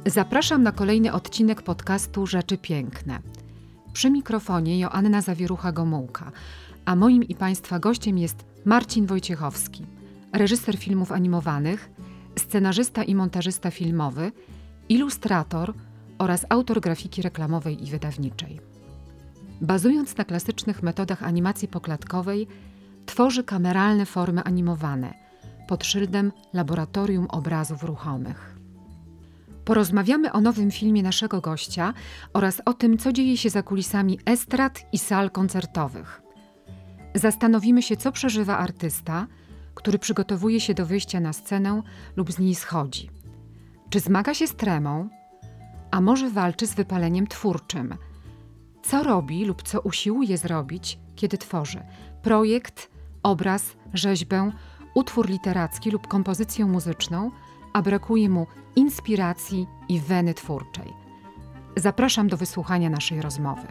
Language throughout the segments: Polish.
Zapraszam na kolejny odcinek podcastu Rzeczy Piękne. Przy mikrofonie Joanna Zawierucha-Gomułka, a moim i Państwa gościem jest Marcin Wojciechowski, reżyser filmów animowanych, scenarzysta i montażysta filmowy, ilustrator oraz autor grafiki reklamowej i wydawniczej. Bazując na klasycznych metodach animacji poklatkowej, tworzy kameralne formy animowane pod szyldem Laboratorium Obrazów Ruchomych. Porozmawiamy o nowym filmie naszego gościa oraz o tym, co dzieje się za kulisami estrad i sal koncertowych. Zastanowimy się, co przeżywa artysta, który przygotowuje się do wyjścia na scenę lub z niej schodzi. Czy zmaga się z tremą, a może walczy z wypaleniem twórczym? Co robi lub co usiłuje zrobić, kiedy tworzy projekt, obraz, rzeźbę, utwór literacki lub kompozycję muzyczną, a brakuje mu inspiracji i weny twórczej. Zapraszam do wysłuchania naszej rozmowy.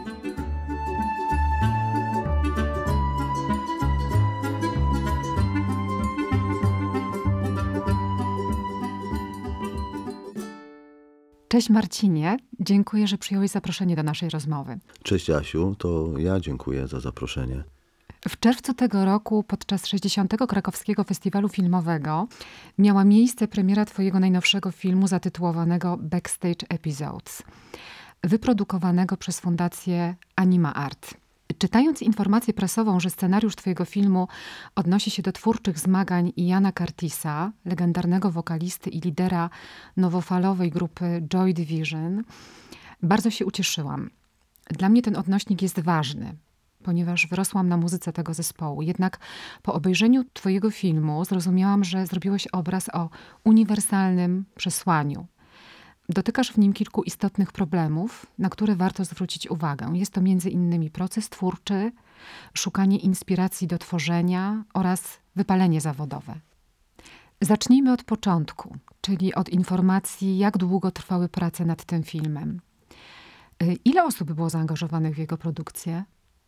Cześć Marcinie, dziękuję, że przyjąłeś zaproszenie do naszej rozmowy. Cześć Asiu, to ja dziękuję za zaproszenie. W czerwcu tego roku podczas 60. Krakowskiego Festiwalu Filmowego miała miejsce premiera twojego najnowszego filmu zatytułowanego Backstage Episodes, wyprodukowanego przez Fundację Anima Art. Czytając informację prasową, że scenariusz twojego filmu odnosi się do twórczych zmagań Iana Curtisa, legendarnego wokalisty i lidera nowofalowej grupy Joy Division, bardzo się ucieszyłam. Dla mnie ten odnośnik jest ważny, ponieważ wyrosłam na muzyce tego zespołu. Jednak po obejrzeniu twojego filmu zrozumiałam, że zrobiłeś obraz o uniwersalnym przesłaniu. Dotykasz w nim kilku istotnych problemów, na które warto zwrócić uwagę. Jest to między innymi proces twórczy, szukanie inspiracji do tworzenia oraz wypalenie zawodowe. Zacznijmy od początku, czyli od informacji, jak długo trwały prace nad tym filmem. Ile osób było zaangażowanych w jego produkcję?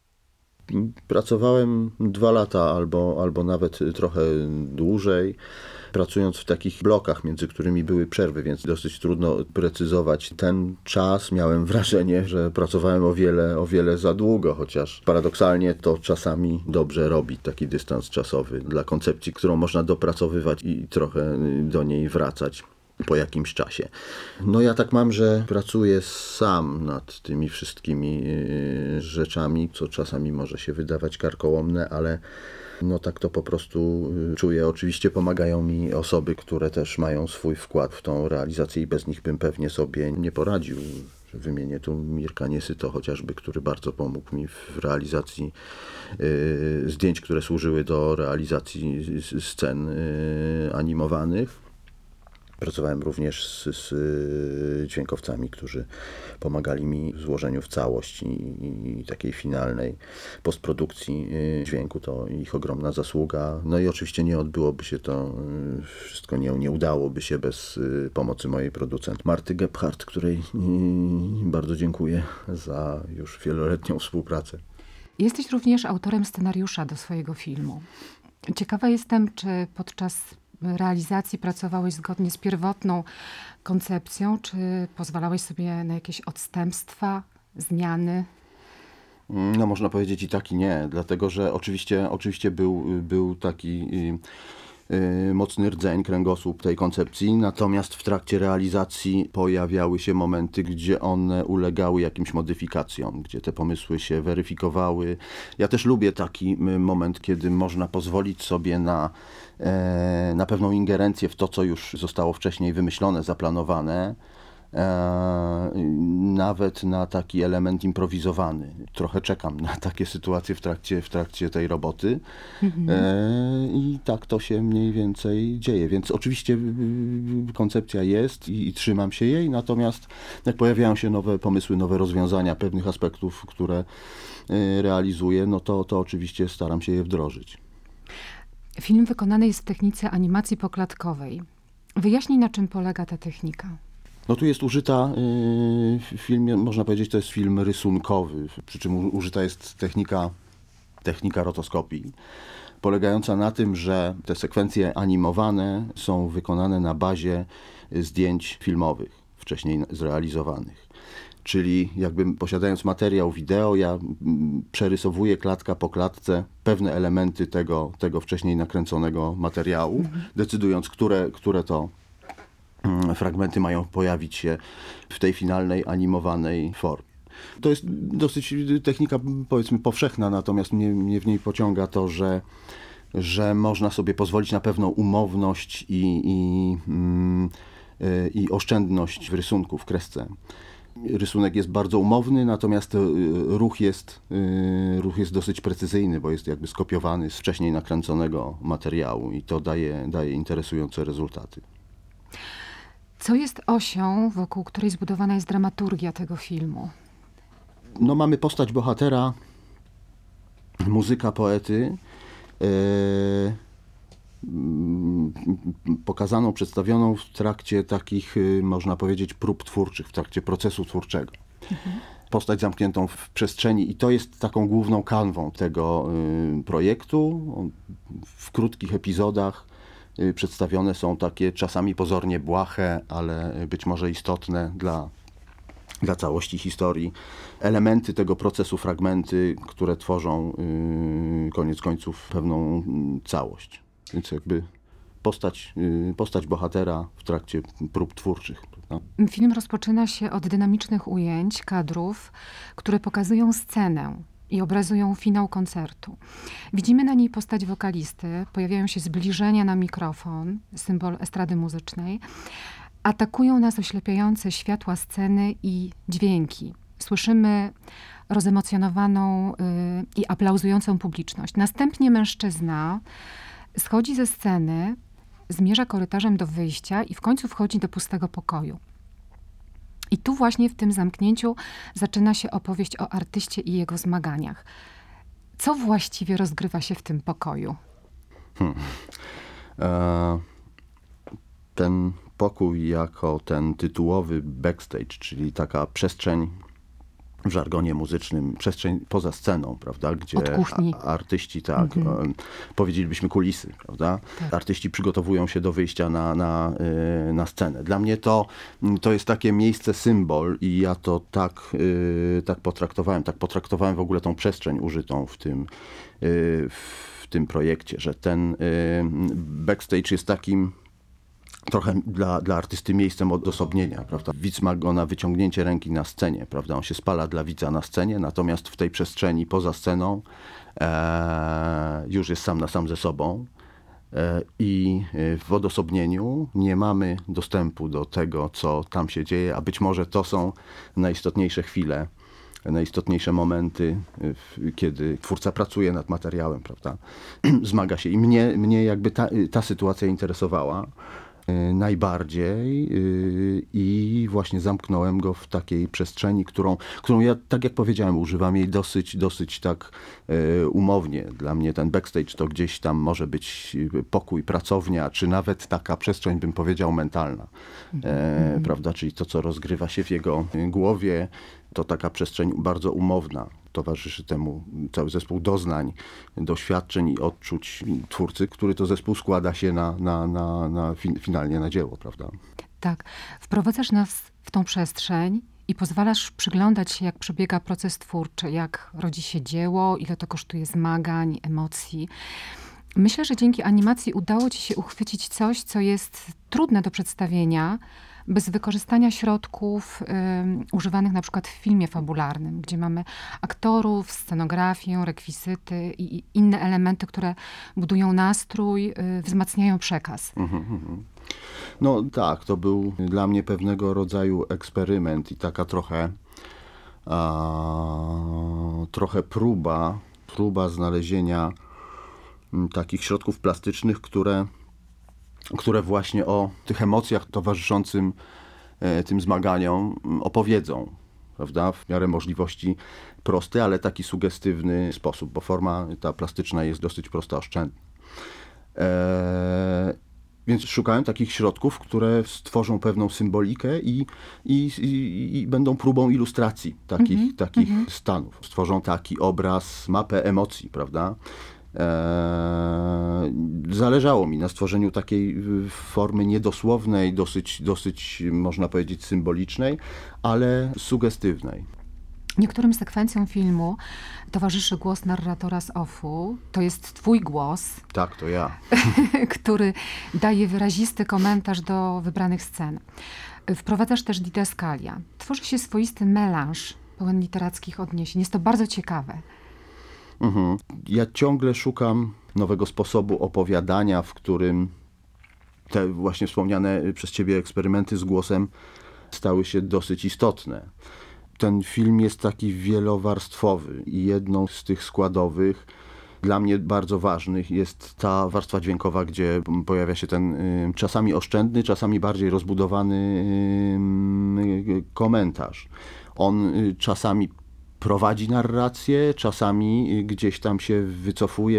Pracowałem 2 lata albo nawet trochę dłużej, pracując w takich blokach, między którymi były przerwy, więc dosyć trudno precyzować ten czas. Miałem wrażenie, że pracowałem o wiele za długo, chociaż paradoksalnie to czasami dobrze robi taki dystans czasowy dla koncepcji, którą można dopracowywać i trochę do niej wracać po jakimś czasie. No ja tak mam, że pracuję sam nad tymi wszystkimi rzeczami, co czasami może się wydawać karkołomne, ale no tak to po prostu czuję. Oczywiście pomagają mi osoby, które też mają swój wkład w tą realizację i bez nich bym pewnie sobie nie poradził. Wymienię tu Mirka Niesyto chociażby, który bardzo pomógł mi w realizacji zdjęć, które służyły do realizacji scen animowanych. Pracowałem również z dźwiękowcami, którzy pomagali mi w złożeniu w całość i takiej finalnej postprodukcji dźwięku. To ich ogromna zasługa. No i oczywiście nie odbyłoby się to wszystko, nie udałoby się bez pomocy mojej producent Marty Gebhardt, której bardzo dziękuję za już wieloletnią współpracę. Jesteś również autorem scenariusza do swojego filmu. Ciekawa jestem, czy podczas realizacji pracowałeś zgodnie z pierwotną koncepcją, czy pozwalałeś sobie na jakieś odstępstwa, zmiany? No można powiedzieć i tak i nie, dlatego że oczywiście był taki mocny rdzeń, kręgosłup tej koncepcji, natomiast w trakcie realizacji pojawiały się momenty, gdzie one ulegały jakimś modyfikacjom, gdzie te pomysły się weryfikowały. Ja też lubię taki moment, kiedy można pozwolić sobie na pewną ingerencję w to, co już zostało wcześniej wymyślone, zaplanowane, nawet na taki element improwizowany. Trochę czekam na takie sytuacje w trakcie tej roboty. I tak to się mniej więcej dzieje. Więc oczywiście koncepcja jest i trzymam się jej, natomiast jak pojawiają się nowe pomysły, nowe rozwiązania pewnych aspektów, które realizuję, no to oczywiście staram się je wdrożyć. Film wykonany jest w technice animacji poklatkowej. Wyjaśnij, na czym polega ta technika. No tu jest użyta w filmie, można powiedzieć, to jest film rysunkowy, przy czym użyta jest technika rotoskopii, polegająca na tym, że te sekwencje animowane są wykonane na bazie zdjęć filmowych. wcześniej zrealizowanych. Czyli jakby posiadając materiał wideo, ja przerysowuję klatka po klatce pewne elementy tego wcześniej nakręconego materiału, decydując, które to fragmenty mają pojawić się w tej finalnej, animowanej formie. To jest dosyć technika, powiedzmy, powszechna, natomiast mnie w niej pociąga to, że można sobie pozwolić na pewną umowność i oszczędność w rysunku, w kresce. Rysunek jest bardzo umowny, natomiast ruch jest dosyć precyzyjny, bo jest jakby skopiowany z wcześniej nakręconego materiału i to daje interesujące rezultaty. Co jest osią, wokół której zbudowana jest dramaturgia tego filmu? No, mamy postać bohatera, muzyka poety, pokazaną, przedstawioną w trakcie takich, można powiedzieć, prób twórczych, w trakcie procesu twórczego. Postać zamkniętą w przestrzeni i to jest taką główną kanwą tego projektu. W krótkich epizodach przedstawione są takie czasami pozornie błahe, ale być może istotne dla całości historii, elementy tego procesu, fragmenty, które tworzą koniec końców pewną całość. Więc jakby postać bohatera w trakcie prób twórczych. Prawda? Film rozpoczyna się od dynamicznych ujęć, kadrów, które pokazują scenę i obrazują finał koncertu. Widzimy na niej postać wokalisty, pojawiają się zbliżenia na mikrofon, symbol estrady muzycznej. Atakują nas oślepiające światła sceny i dźwięki. Słyszymy rozemocjonowaną i aplauzującą publiczność. Następnie mężczyzna schodzi ze sceny, zmierza korytarzem do wyjścia i w końcu wchodzi do pustego pokoju. I tu właśnie w tym zamknięciu zaczyna się opowieść o artyście i jego zmaganiach. Co właściwie rozgrywa się w tym pokoju? Ten pokój jako ten tytułowy backstage, czyli taka przestrzeń w żargonie muzycznym, przestrzeń poza sceną, prawda, gdzie od kuchni. Artyści, powiedzielibyśmy kulisy, prawda? Tak. Artyści przygotowują się do wyjścia na scenę. Dla mnie to jest takie miejsce symbol i ja to tak potraktowałem w ogóle tą przestrzeń użytą w tym projekcie, że ten backstage jest takim trochę dla artysty miejscem odosobnienia, prawda? Widz ma go na wyciągnięcie ręki na scenie, prawda? On się spala dla widza na scenie, natomiast w tej przestrzeni poza sceną już jest sam na sam ze sobą i w odosobnieniu nie mamy dostępu do tego, co tam się dzieje, a być może to są najistotniejsze chwile, najistotniejsze momenty, kiedy twórca pracuje nad materiałem, prawda? Zmaga się i mnie jakby ta sytuacja interesowała najbardziej i właśnie zamknąłem go w takiej przestrzeni, którą ja, tak jak powiedziałem, używam jej dosyć tak umownie. Dla mnie ten backstage to gdzieś tam może być pokój, pracownia, czy nawet taka przestrzeń, bym powiedział, mentalna. Prawda? Czyli to, co rozgrywa się w jego głowie, to taka przestrzeń bardzo umowna. Towarzyszy temu cały zespół doznań, doświadczeń i odczuć twórcy, który to zespół składa się finalnie na dzieło, prawda? Tak. Wprowadzasz nas w tą przestrzeń i pozwalasz przyglądać się, jak przebiega proces twórczy, jak rodzi się dzieło, ile to kosztuje zmagań, emocji. Myślę, że dzięki animacji udało ci się uchwycić coś, co jest trudne do przedstawienia, bez wykorzystania środków używanych na przykład w filmie fabularnym, gdzie mamy aktorów, scenografię, rekwizyty i inne elementy, które budują nastrój, wzmacniają przekaz. No tak, to był dla mnie pewnego rodzaju eksperyment i taka trochę próba znalezienia takich środków plastycznych, które właśnie o tych emocjach towarzyszącym tym zmaganiom opowiedzą, prawda? W miarę możliwości prosty, ale taki sugestywny sposób, bo forma ta plastyczna jest dosyć prosta, oszczędna. Więc szukałem takich środków, które stworzą pewną symbolikę i będą próbą ilustracji takich stanów. Stworzą taki obraz, mapę emocji, prawda? Zależało mi na stworzeniu takiej formy niedosłownej, dosyć można powiedzieć symbolicznej, ale sugestywnej. Niektórym sekwencjom filmu towarzyszy głos narratora z OFF-u. To jest twój głos, Tak, to ja. który daje wyrazisty komentarz do wybranych scen. Wprowadzasz też didaskalia. Tworzy się swoisty melanż pełen literackich odniesień. Jest to bardzo ciekawe. Ja ciągle szukam nowego sposobu opowiadania, w którym te właśnie wspomniane przez ciebie eksperymenty z głosem stały się dosyć istotne. Ten film jest taki wielowarstwowy i jedną z tych składowych, dla mnie bardzo ważnych, jest ta warstwa dźwiękowa, gdzie pojawia się ten czasami oszczędny, czasami bardziej rozbudowany komentarz. On czasami prowadzi narrację, czasami gdzieś tam się wycofuje,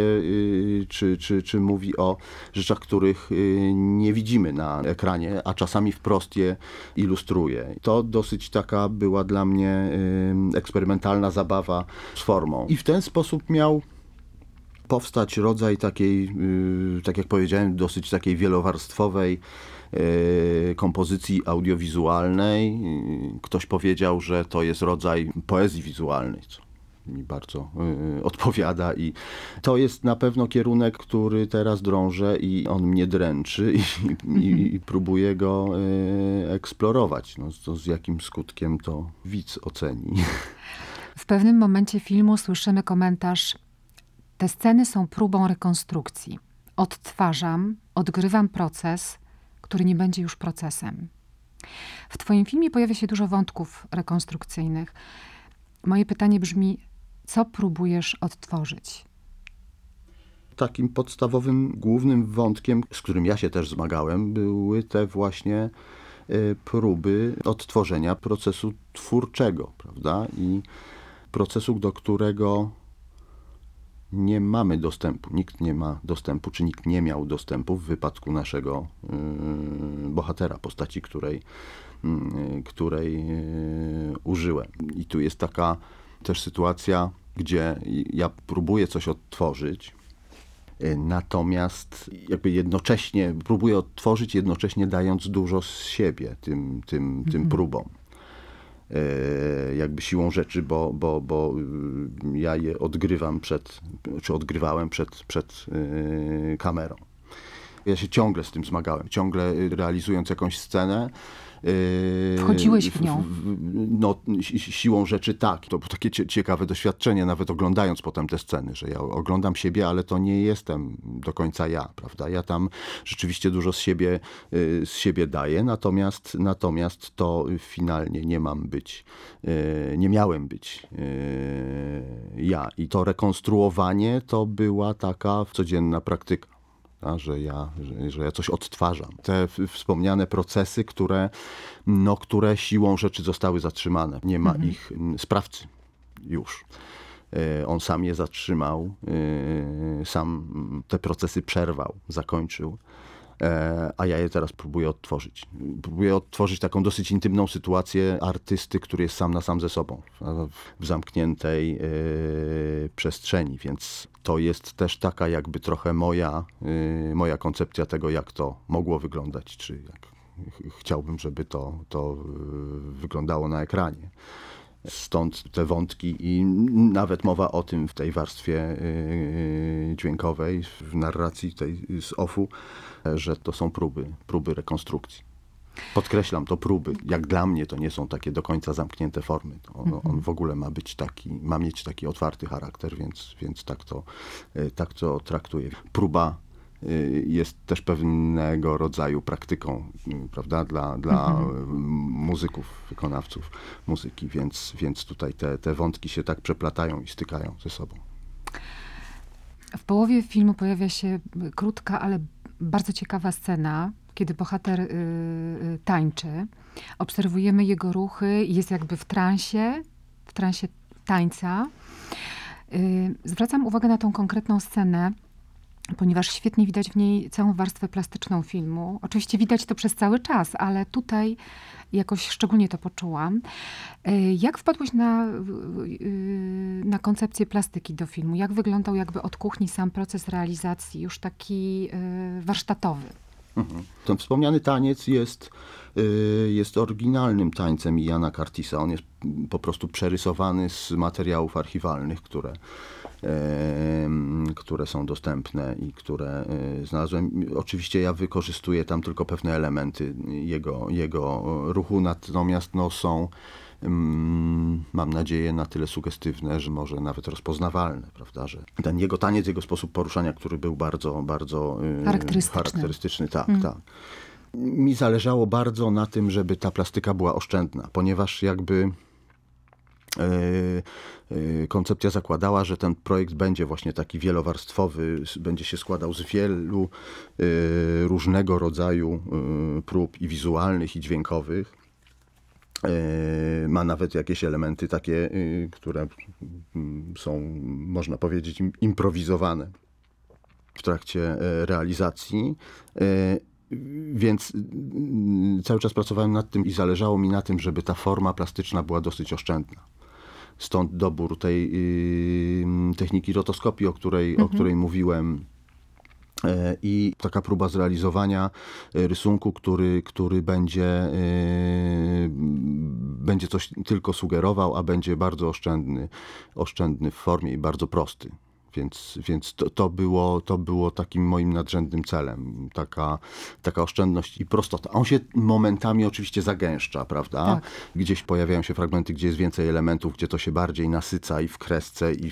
czy mówi o rzeczach, których nie widzimy na ekranie, a czasami wprost je ilustruje. To dosyć taka była dla mnie eksperymentalna zabawa z formą. I w ten sposób miał powstać rodzaj takiej, tak jak powiedziałem, dosyć takiej wielowarstwowej kompozycji audiowizualnej. Ktoś powiedział, że to jest rodzaj poezji wizualnej, co mi bardzo odpowiada i to jest na pewno kierunek, który teraz drążę i on mnie dręczy i próbuję go eksplorować. No, to z jakim skutkiem to widz oceni. W pewnym momencie filmu słyszymy komentarz: te sceny są próbą rekonstrukcji. Odtwarzam, odgrywam proces, który nie będzie już procesem. W twoim filmie pojawia się dużo wątków rekonstrukcyjnych. Moje pytanie brzmi, co próbujesz odtworzyć? Takim podstawowym, głównym wątkiem, z którym ja się też zmagałem, były te właśnie próby odtworzenia procesu twórczego, prawda? I procesu, do którego nie mamy dostępu. Nikt nie ma dostępu, czy nikt nie miał dostępu w wypadku naszego bohatera, postaci, której użyłem. I tu jest taka też sytuacja, gdzie ja próbuję coś odtworzyć, natomiast jakby jednocześnie próbuję odtworzyć, jednocześnie dając dużo z siebie tym próbom. Jakby siłą rzeczy, bo ja je odgrywam odgrywałem przed kamerą. Ja się ciągle z tym zmagałem, ciągle realizując jakąś scenę. Wchodziłeś w nią? No, siłą rzeczy tak. To było takie ciekawe doświadczenie, nawet oglądając potem te sceny, że ja oglądam siebie, ale to nie jestem do końca ja, prawda? Ja tam rzeczywiście dużo z siebie daję, natomiast to finalnie nie miałem być ja. I to rekonstruowanie to była taka codzienna praktyka. Że ja coś odtwarzam. Te wspomniane procesy, które siłą rzeczy zostały zatrzymane. Nie ma ich sprawcy już. On sam je zatrzymał, sam te procesy przerwał, zakończył, a ja je teraz próbuję odtworzyć. Próbuję odtworzyć taką dosyć intymną sytuację artysty, który jest sam na sam ze sobą, w zamkniętej przestrzeni, więc to jest też taka jakby trochę moja koncepcja tego, jak to mogło wyglądać, czy jak chciałbym, żeby to wyglądało na ekranie. Stąd te wątki i nawet mowa o tym w tej warstwie dźwiękowej, w narracji tej z OFF-u, że to są próby rekonstrukcji. Podkreślam, to próby. Jak dla mnie to nie są takie do końca zamknięte formy. On w ogóle ma mieć taki otwarty charakter, więc tak to traktuję. Próba jest też pewnego rodzaju praktyką, prawda, dla muzyków, wykonawców muzyki, więc tutaj te wątki się tak przeplatają i stykają ze sobą. W połowie filmu pojawia się krótka, ale bardzo ciekawa scena, kiedy bohater tańczy. Obserwujemy jego ruchy i jest jakby w transie tańca. Zwracam uwagę na tą konkretną scenę, ponieważ świetnie widać w niej całą warstwę plastyczną filmu. Oczywiście widać to przez cały czas, ale tutaj jakoś szczególnie to poczułam. Jak wpadłeś na koncepcję plastyki do filmu? Jak wyglądał jakby od kuchni sam proces realizacji, już taki warsztatowy? Ten wspomniany taniec jest oryginalnym tańcem Iana Curtisa. On jest po prostu przerysowany z materiałów archiwalnych, które są dostępne i które znalazłem. Oczywiście ja wykorzystuję tam tylko pewne elementy jego ruchu, natomiast są, mam nadzieję, na tyle sugestywne, że może nawet rozpoznawalne, prawda, że ten jego taniec, jego sposób poruszania, który był bardzo, bardzo charakterystyczny, tak. Mi zależało bardzo na tym, żeby ta plastyka była oszczędna, ponieważ jakby koncepcja zakładała, że ten projekt będzie właśnie taki wielowarstwowy, będzie się składał z wielu różnego rodzaju prób i wizualnych, i dźwiękowych. Ma nawet jakieś elementy takie, które są, można powiedzieć, improwizowane w trakcie realizacji. Więc cały czas pracowałem nad tym i zależało mi na tym, żeby ta forma plastyczna była dosyć oszczędna. Stąd dobór tej techniki rotoskopii, o której mówiłem. I taka próba zrealizowania rysunku, który będzie coś tylko sugerował, a będzie bardzo oszczędny w formie i bardzo prosty. Więc to było takim moim nadrzędnym celem. Taka oszczędność i prostota. On się momentami oczywiście zagęszcza, prawda? Tak. Gdzieś pojawiają się fragmenty, gdzie jest więcej elementów, gdzie to się bardziej nasyca i w kresce, i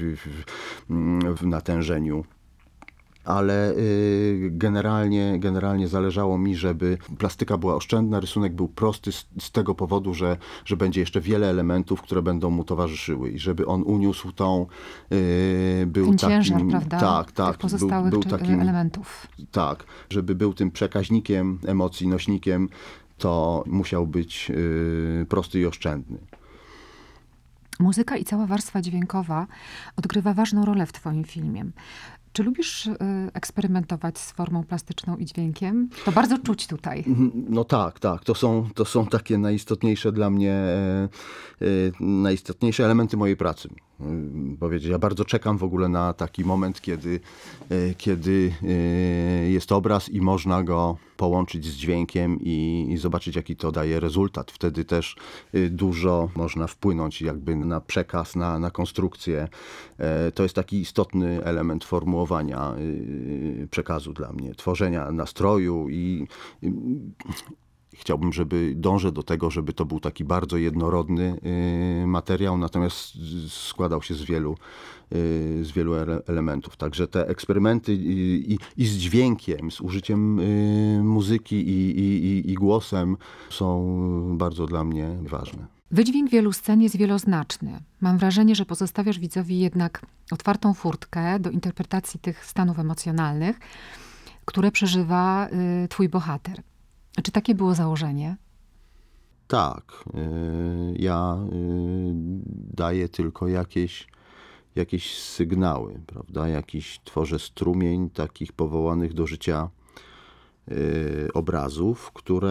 w natężeniu. Ale generalnie zależało mi, żeby plastyka była oszczędna, rysunek był prosty z tego powodu, że będzie jeszcze wiele elementów, które będą mu towarzyszyły i żeby on uniósł ten ciężar, prawda? Tak. Tych pozostałych był takim, elementów. Tak, żeby był tym przekaźnikiem emocji, nośnikiem, to musiał być prosty i oszczędny. Muzyka i cała warstwa dźwiękowa odgrywa ważną rolę w twoim filmie. Czy lubisz eksperymentować z formą plastyczną i dźwiękiem? To bardzo czuć tutaj. No tak. To są takie najistotniejsze dla mnie, najistotniejsze elementy mojej pracy. Powiedzieć, ja bardzo czekam w ogóle na taki moment, kiedy jest obraz i można go połączyć z dźwiękiem i zobaczyć, jaki to daje rezultat. Wtedy też dużo można wpłynąć jakby na przekaz, na konstrukcję. To jest taki istotny element formułowania przekazu dla mnie, tworzenia nastroju i chciałbym, dążę do tego, żeby to był taki bardzo jednorodny materiał, natomiast składał się z wielu elementów. Także te eksperymenty i z dźwiękiem, z użyciem muzyki i głosem są bardzo dla mnie ważne. Wydźwięk wielu scen jest wieloznaczny. Mam wrażenie, że pozostawiasz widzowi jednak otwartą furtkę do interpretacji tych stanów emocjonalnych, które przeżywa twój bohater. Czy takie było założenie? Tak. Ja daję tylko jakieś sygnały, prawda? Tworzę strumień takich powołanych do życia obrazów,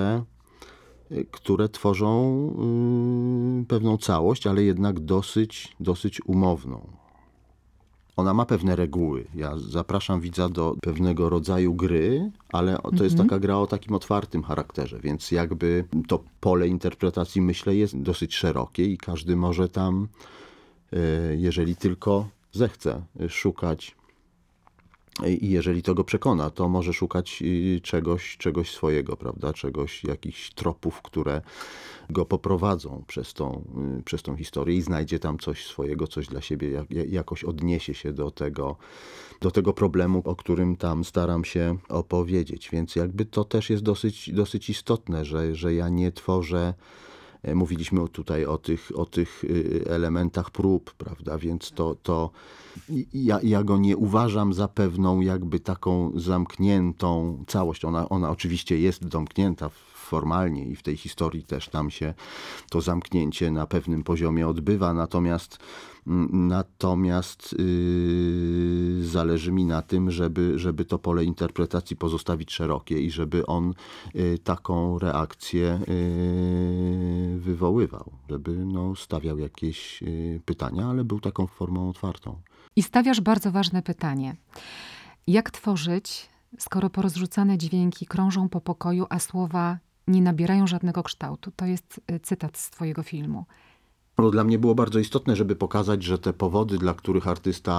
które tworzą pewną całość, ale jednak dosyć umowną. Ona ma pewne reguły. Ja zapraszam widza do pewnego rodzaju gry, ale to jest taka gra o takim otwartym charakterze, więc jakby to pole interpretacji, myślę, jest dosyć szerokie i każdy może tam, jeżeli tylko zechce, szukać i jeżeli to go przekona, to może szukać czegoś swojego, prawda? Jakichś tropów, które go poprowadzą przez tą historię i znajdzie tam coś swojego, coś dla siebie, jakoś odniesie się do tego problemu, o którym tam staram się opowiedzieć. Więc jakby to też jest dosyć istotne, że ja nie tworzę. Mówiliśmy tutaj o tych elementach prób, prawda? Więc ja go nie uważam za pewną jakby taką zamkniętą całość. Ona oczywiście jest zamknięta formalnie i w tej historii też tam się to zamknięcie na pewnym poziomie odbywa, natomiast Natomiast zależy mi na tym, żeby to pole interpretacji pozostawić szerokie i żeby on taką reakcję wywoływał, żeby stawiał jakieś pytania, ale był taką formą otwartą. I stawiasz bardzo ważne pytanie. Jak tworzyć, skoro porozrzucane dźwięki krążą po pokoju, a słowa nie nabierają żadnego kształtu? To jest cytat z twojego filmu. No, dla mnie było bardzo istotne, żeby pokazać, że te powody, dla których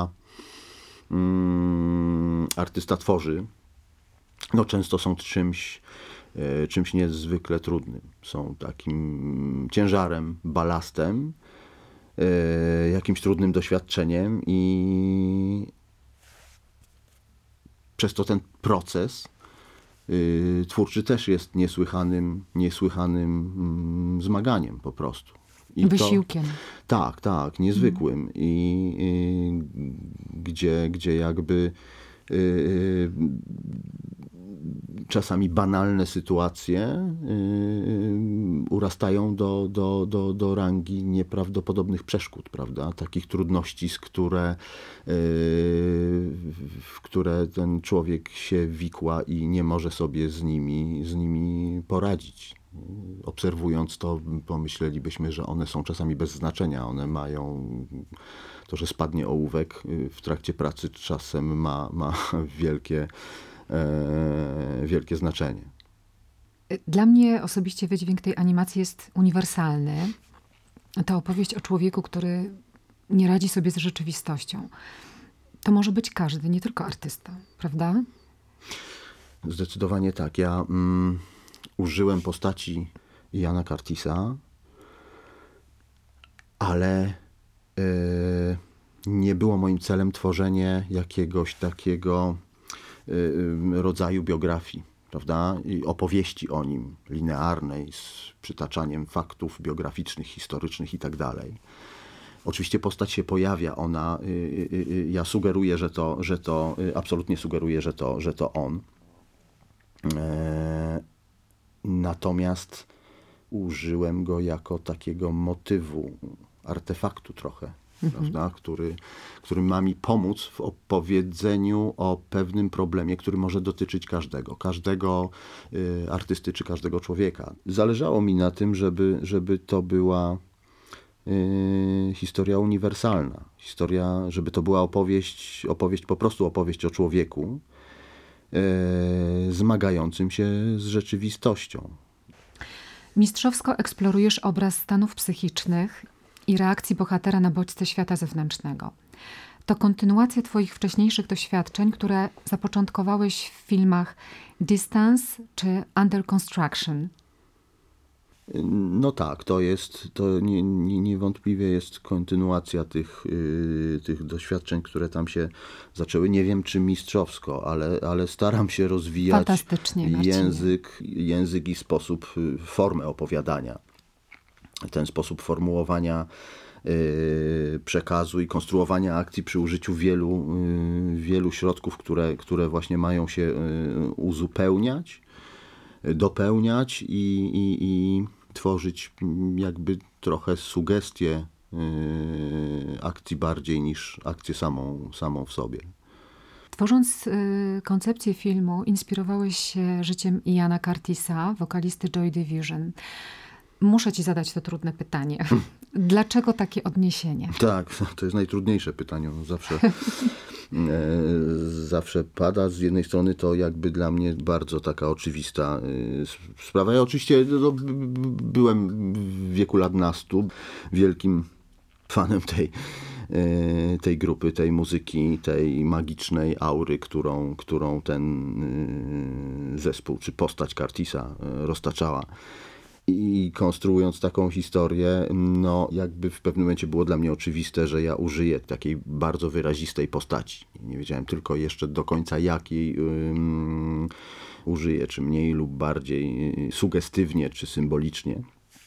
artysta tworzy, często są czymś niezwykle trudnym. Są takim ciężarem, balastem, jakimś trudnym doświadczeniem i przez to ten proces twórczy też jest niesłychanym zmaganiem po prostu. Wysiłkiem. Tak, niezwykłym. I gdzie jakby czasami banalne sytuacje urastają do rangi nieprawdopodobnych przeszkód, prawda? Takich trudności, w które ten człowiek się wikła i nie może sobie z nimi poradzić. Obserwując to, pomyślelibyśmy, że one są czasami bez znaczenia. One mają to, że spadnie ołówek w trakcie pracy, czasem ma wielkie znaczenie. Dla mnie osobiście wydźwięk tej animacji jest uniwersalny. To opowieść o człowieku, który nie radzi sobie z rzeczywistością. To może być każdy, nie tylko artysta, prawda? Zdecydowanie tak. Ja użyłem postaci Iana Curtisa, ale nie było moim celem tworzenie jakiegoś takiego rodzaju biografii, prawda? I opowieści o nim, linearnej, z przytaczaniem faktów biograficznych, historycznych i tak dalej. Oczywiście postać się pojawia, ja sugeruję, absolutnie sugeruję, że to on. Natomiast użyłem go jako takiego motywu, artefaktu trochę, prawda? Który ma mi pomóc w opowiedzeniu o pewnym problemie, który może dotyczyć każdego artysty czy każdego człowieka. Zależało mi na tym, żeby to była historia uniwersalna. Żeby to była opowieść, po prostu opowieść o człowieku zmagającym się z rzeczywistością. Mistrzowsko eksplorujesz obraz stanów psychicznych i reakcji bohatera na bodźce świata zewnętrznego. To kontynuacja twoich wcześniejszych doświadczeń, które zapoczątkowałeś w filmach Distance czy Under Construction. No tak, to niewątpliwie jest kontynuacja tych doświadczeń, które tam się zaczęły. Nie wiem, czy mistrzowsko, ale staram się rozwijać fantastycznie, język i formę opowiadania. Ten sposób formułowania przekazu i konstruowania akcji przy użyciu wielu środków, które właśnie mają się uzupełniać, dopełniać i tworzyć jakby trochę sugestię akcji bardziej niż akcję samą w sobie. Tworząc koncepcję filmu, inspirowałeś się życiem Iana Curtisa, wokalisty Joy Division. Muszę ci zadać to trudne pytanie. Dlaczego takie odniesienie? Tak, to jest najtrudniejsze pytanie. Zawsze pada. Z jednej strony to jakby dla mnie bardzo taka oczywista sprawa. Ja oczywiście byłem w wieku lat nastu wielkim fanem tej grupy, tej muzyki, tej magicznej aury, którą ten zespół czy postać Curtisa roztaczała. I konstruując taką historię, jakby w pewnym momencie było dla mnie oczywiste, że ja użyję takiej bardzo wyrazistej postaci. Nie wiedziałem tylko jeszcze do końca, jakiej użyję, czy mniej lub bardziej sugestywnie, czy symbolicznie.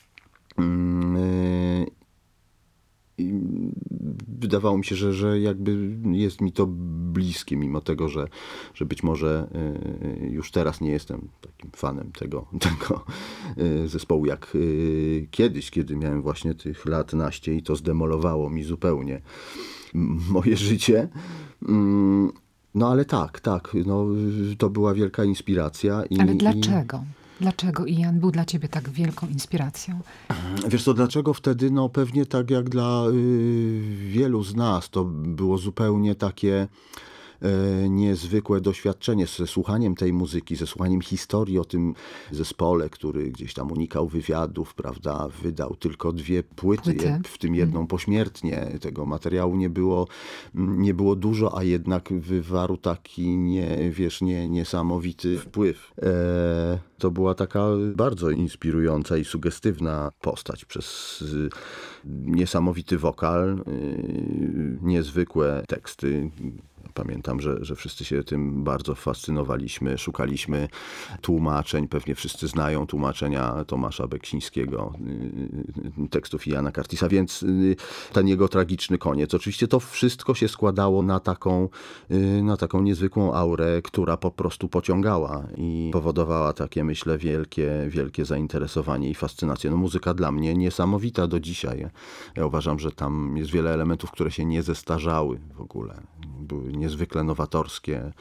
Wydawało mi się, że jakby jest mi to bliskie, mimo tego, że być może już teraz nie jestem takim fanem tego zespołu, jak kiedyś, kiedy miałem właśnie tych lat naście i to zdemolowało mi zupełnie moje życie. No ale tak, no, to była wielka inspiracja. Ale dlaczego? Dlaczego Ian był dla ciebie tak wielką inspiracją? Wiesz co, dlaczego wtedy? No pewnie tak jak dla wielu z nas, to było zupełnie takie niezwykłe doświadczenie ze słuchaniem tej muzyki, ze słuchaniem historii o tym zespole, który gdzieś tam unikał wywiadów, prawda, wydał tylko 2 płyty, w tym jedną pośmiertnie. Tego materiału nie było dużo, a jednak wywarł taki niesamowity wpływ. To była taka bardzo inspirująca i sugestywna postać przez niesamowity wokal, niezwykłe teksty. Pamiętam, że wszyscy się tym bardzo fascynowaliśmy, szukaliśmy tłumaczeń. Pewnie wszyscy znają tłumaczenia Tomasza Beksińskiego, tekstów Iana Curtisa, więc ten jego tragiczny koniec. Oczywiście to wszystko się składało na taką niezwykłą aurę, która po prostu pociągała i powodowała takie, myślę, wielkie zainteresowanie i fascynację. No, muzyka dla mnie niesamowita do dzisiaj. Ja uważam, że tam jest wiele elementów, które się nie zestarzały w ogóle. Były niezwykle nowatorskie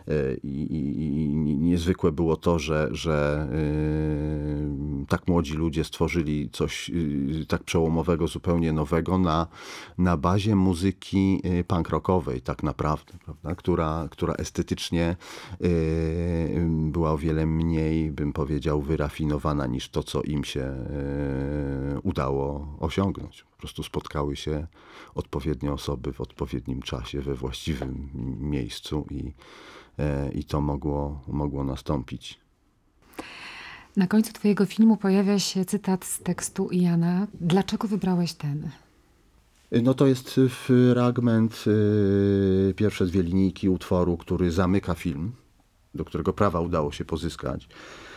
i niezwykłe było to, że tak młodzi ludzie stworzyli coś tak przełomowego, zupełnie nowego na bazie muzyki punk rockowej tak naprawdę, prawda? Która estetycznie była o wiele mniej, bym powiedział, wyrafinowana niż to, co im się udało osiągnąć. Po prostu spotkały się odpowiednie osoby w odpowiednim czasie, we właściwym miejscu i to mogło nastąpić. Na końcu twojego filmu pojawia się cytat z tekstu Iana. Dlaczego wybrałeś ten? No to jest fragment, pierwsze 2 linijki utworu, który zamyka film, do którego prawa udało się pozyskać.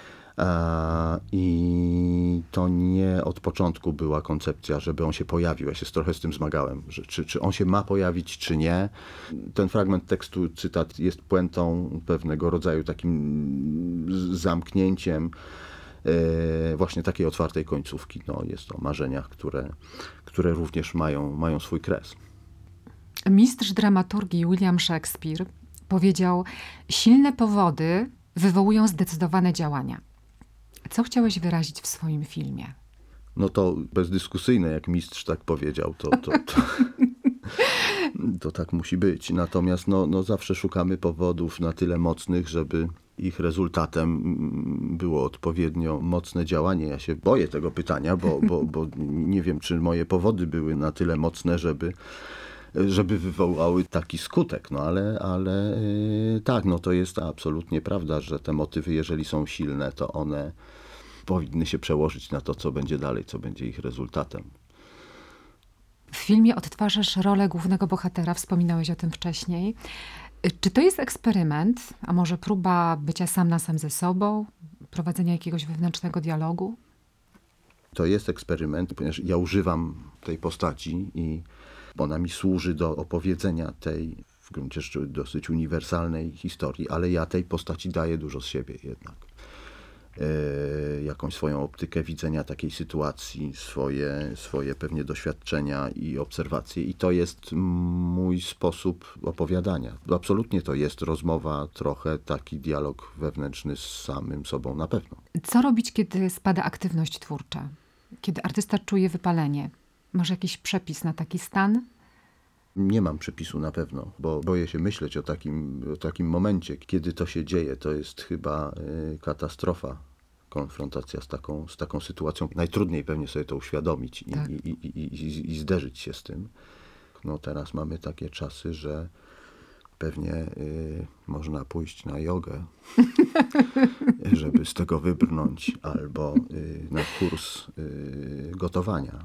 I to nie od początku była koncepcja, żeby on się pojawił. Ja się trochę z tym zmagałem, że czy on się ma pojawić, czy nie. Ten fragment tekstu, cytat, jest puentą pewnego rodzaju takim zamknięciem właśnie takiej otwartej końcówki. No, jest o marzeniach, które również mają swój kres. Mistrz dramaturgii William Shakespeare powiedział: silne powody wywołują zdecydowane działania. Co chciałeś wyrazić w swoim filmie? No to bezdyskusyjne, jak mistrz tak powiedział, to tak musi być. Natomiast no zawsze szukamy powodów na tyle mocnych, żeby ich rezultatem było odpowiednio mocne działanie. Ja się boję tego pytania, bo nie wiem, czy moje powody były na tyle mocne, żeby wywołały taki skutek. No ale tak, no to jest absolutnie prawda, że te motywy, jeżeli są silne, to one powinny się przełożyć na to, co będzie dalej, co będzie ich rezultatem. W filmie odtwarzasz rolę głównego bohatera, wspominałeś o tym wcześniej. Czy to jest eksperyment, a może próba bycia sam na sam ze sobą, prowadzenia jakiegoś wewnętrznego dialogu? To jest eksperyment, ponieważ ja używam tej postaci i ona mi służy do opowiedzenia tej w gruncie rzeczy dosyć uniwersalnej historii, ale ja tej postaci daję dużo z siebie jednak. Jakąś swoją optykę widzenia takiej sytuacji, swoje pewnie doświadczenia i obserwacje. I to jest mój sposób opowiadania. Absolutnie to jest rozmowa, trochę taki dialog wewnętrzny z samym sobą na pewno. Co robić, kiedy spada aktywność twórcza? Kiedy artysta czuje wypalenie? Może jakiś przepis na taki stan? Nie mam przepisu na pewno, bo boję się myśleć o takim momencie, kiedy to się dzieje. To jest chyba katastrofa, konfrontacja z taką sytuacją. Najtrudniej pewnie sobie to uświadomić i zderzyć się z tym. No teraz mamy takie czasy, że pewnie można pójść na jogę, żeby z tego wybrnąć, albo na kurs gotowania.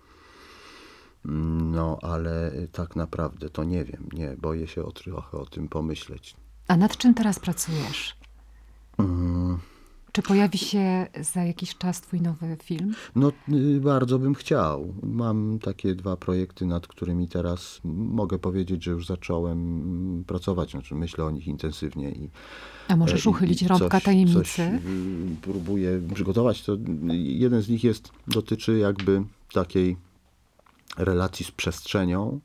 No, ale tak naprawdę to nie wiem. Nie, boję się trochę o tym pomyśleć. A nad czym teraz pracujesz? Czy pojawi się za jakiś czas twój nowy film? No, bardzo bym chciał. Mam takie 2 projekty, nad którymi teraz mogę powiedzieć, że już zacząłem pracować. Znaczy, myślę o nich intensywnie. A możesz uchylić rąbka coś tajemnicy? próbuję przygotować. To jeden z nich dotyczy jakby takiej relacji z przestrzenią.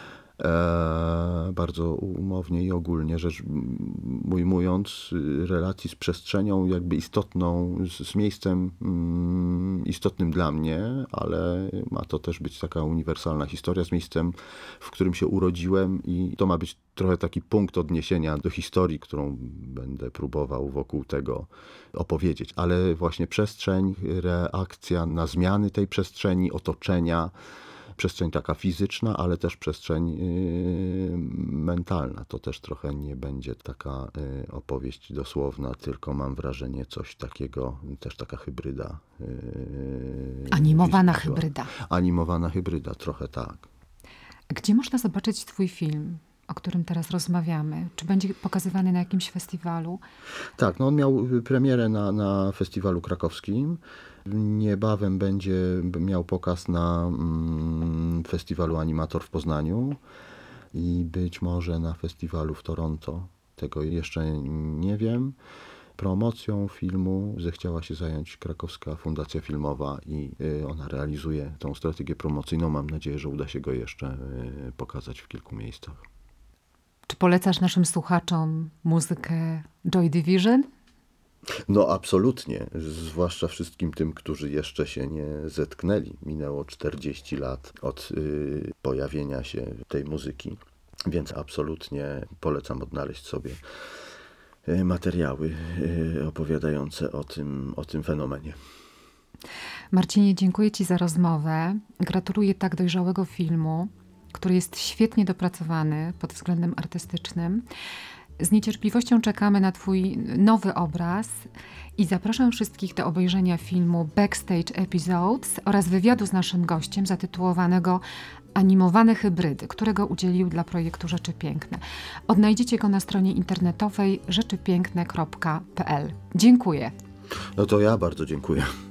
Bardzo umownie i ogólnie rzecz ujmując, relacji z przestrzenią jakby istotną, z miejscem istotnym dla mnie, ale ma to też być taka uniwersalna historia z miejscem, w którym się urodziłem i to ma być trochę taki punkt odniesienia do historii, którą będę próbował wokół tego opowiedzieć. Ale właśnie przestrzeń, reakcja na zmiany tej przestrzeni, otoczenia, przestrzeń taka fizyczna, ale też przestrzeń mentalna. To też trochę nie będzie taka opowieść dosłowna, tylko mam wrażenie coś takiego, też taka hybryda. Animowana hybryda. Animowana hybryda, trochę tak. Gdzie można zobaczyć twój film, o którym teraz rozmawiamy? Czy będzie pokazywany na jakimś festiwalu? Tak, no on miał premierę na festiwalu krakowskim. Niebawem będzie miał pokaz na festiwalu Animator w Poznaniu i być może na festiwalu w Toronto. Tego jeszcze nie wiem. Promocją filmu zechciała się zająć Krakowska Fundacja Filmowa i ona realizuje tą strategię promocyjną. Mam nadzieję, że uda się go jeszcze pokazać w kilku miejscach. Czy polecasz naszym słuchaczom muzykę Joy Division? No absolutnie, zwłaszcza wszystkim tym, którzy jeszcze się nie zetknęli. Minęło 40 lat od pojawienia się tej muzyki, więc absolutnie polecam odnaleźć sobie materiały opowiadające o tym fenomenie. Marcinie, dziękuję ci za rozmowę. Gratuluję tak dojrzałego filmu, który jest świetnie dopracowany pod względem artystycznym. Z niecierpliwością czekamy na twój nowy obraz i zapraszam wszystkich do obejrzenia filmu Backstage Episodes oraz wywiadu z naszym gościem zatytułowanego Animowane hybrydy, którego udzielił dla projektu Rzeczy Piękne. Odnajdziecie go na stronie internetowej rzeczypiękne.pl. Dziękuję. No to ja bardzo dziękuję.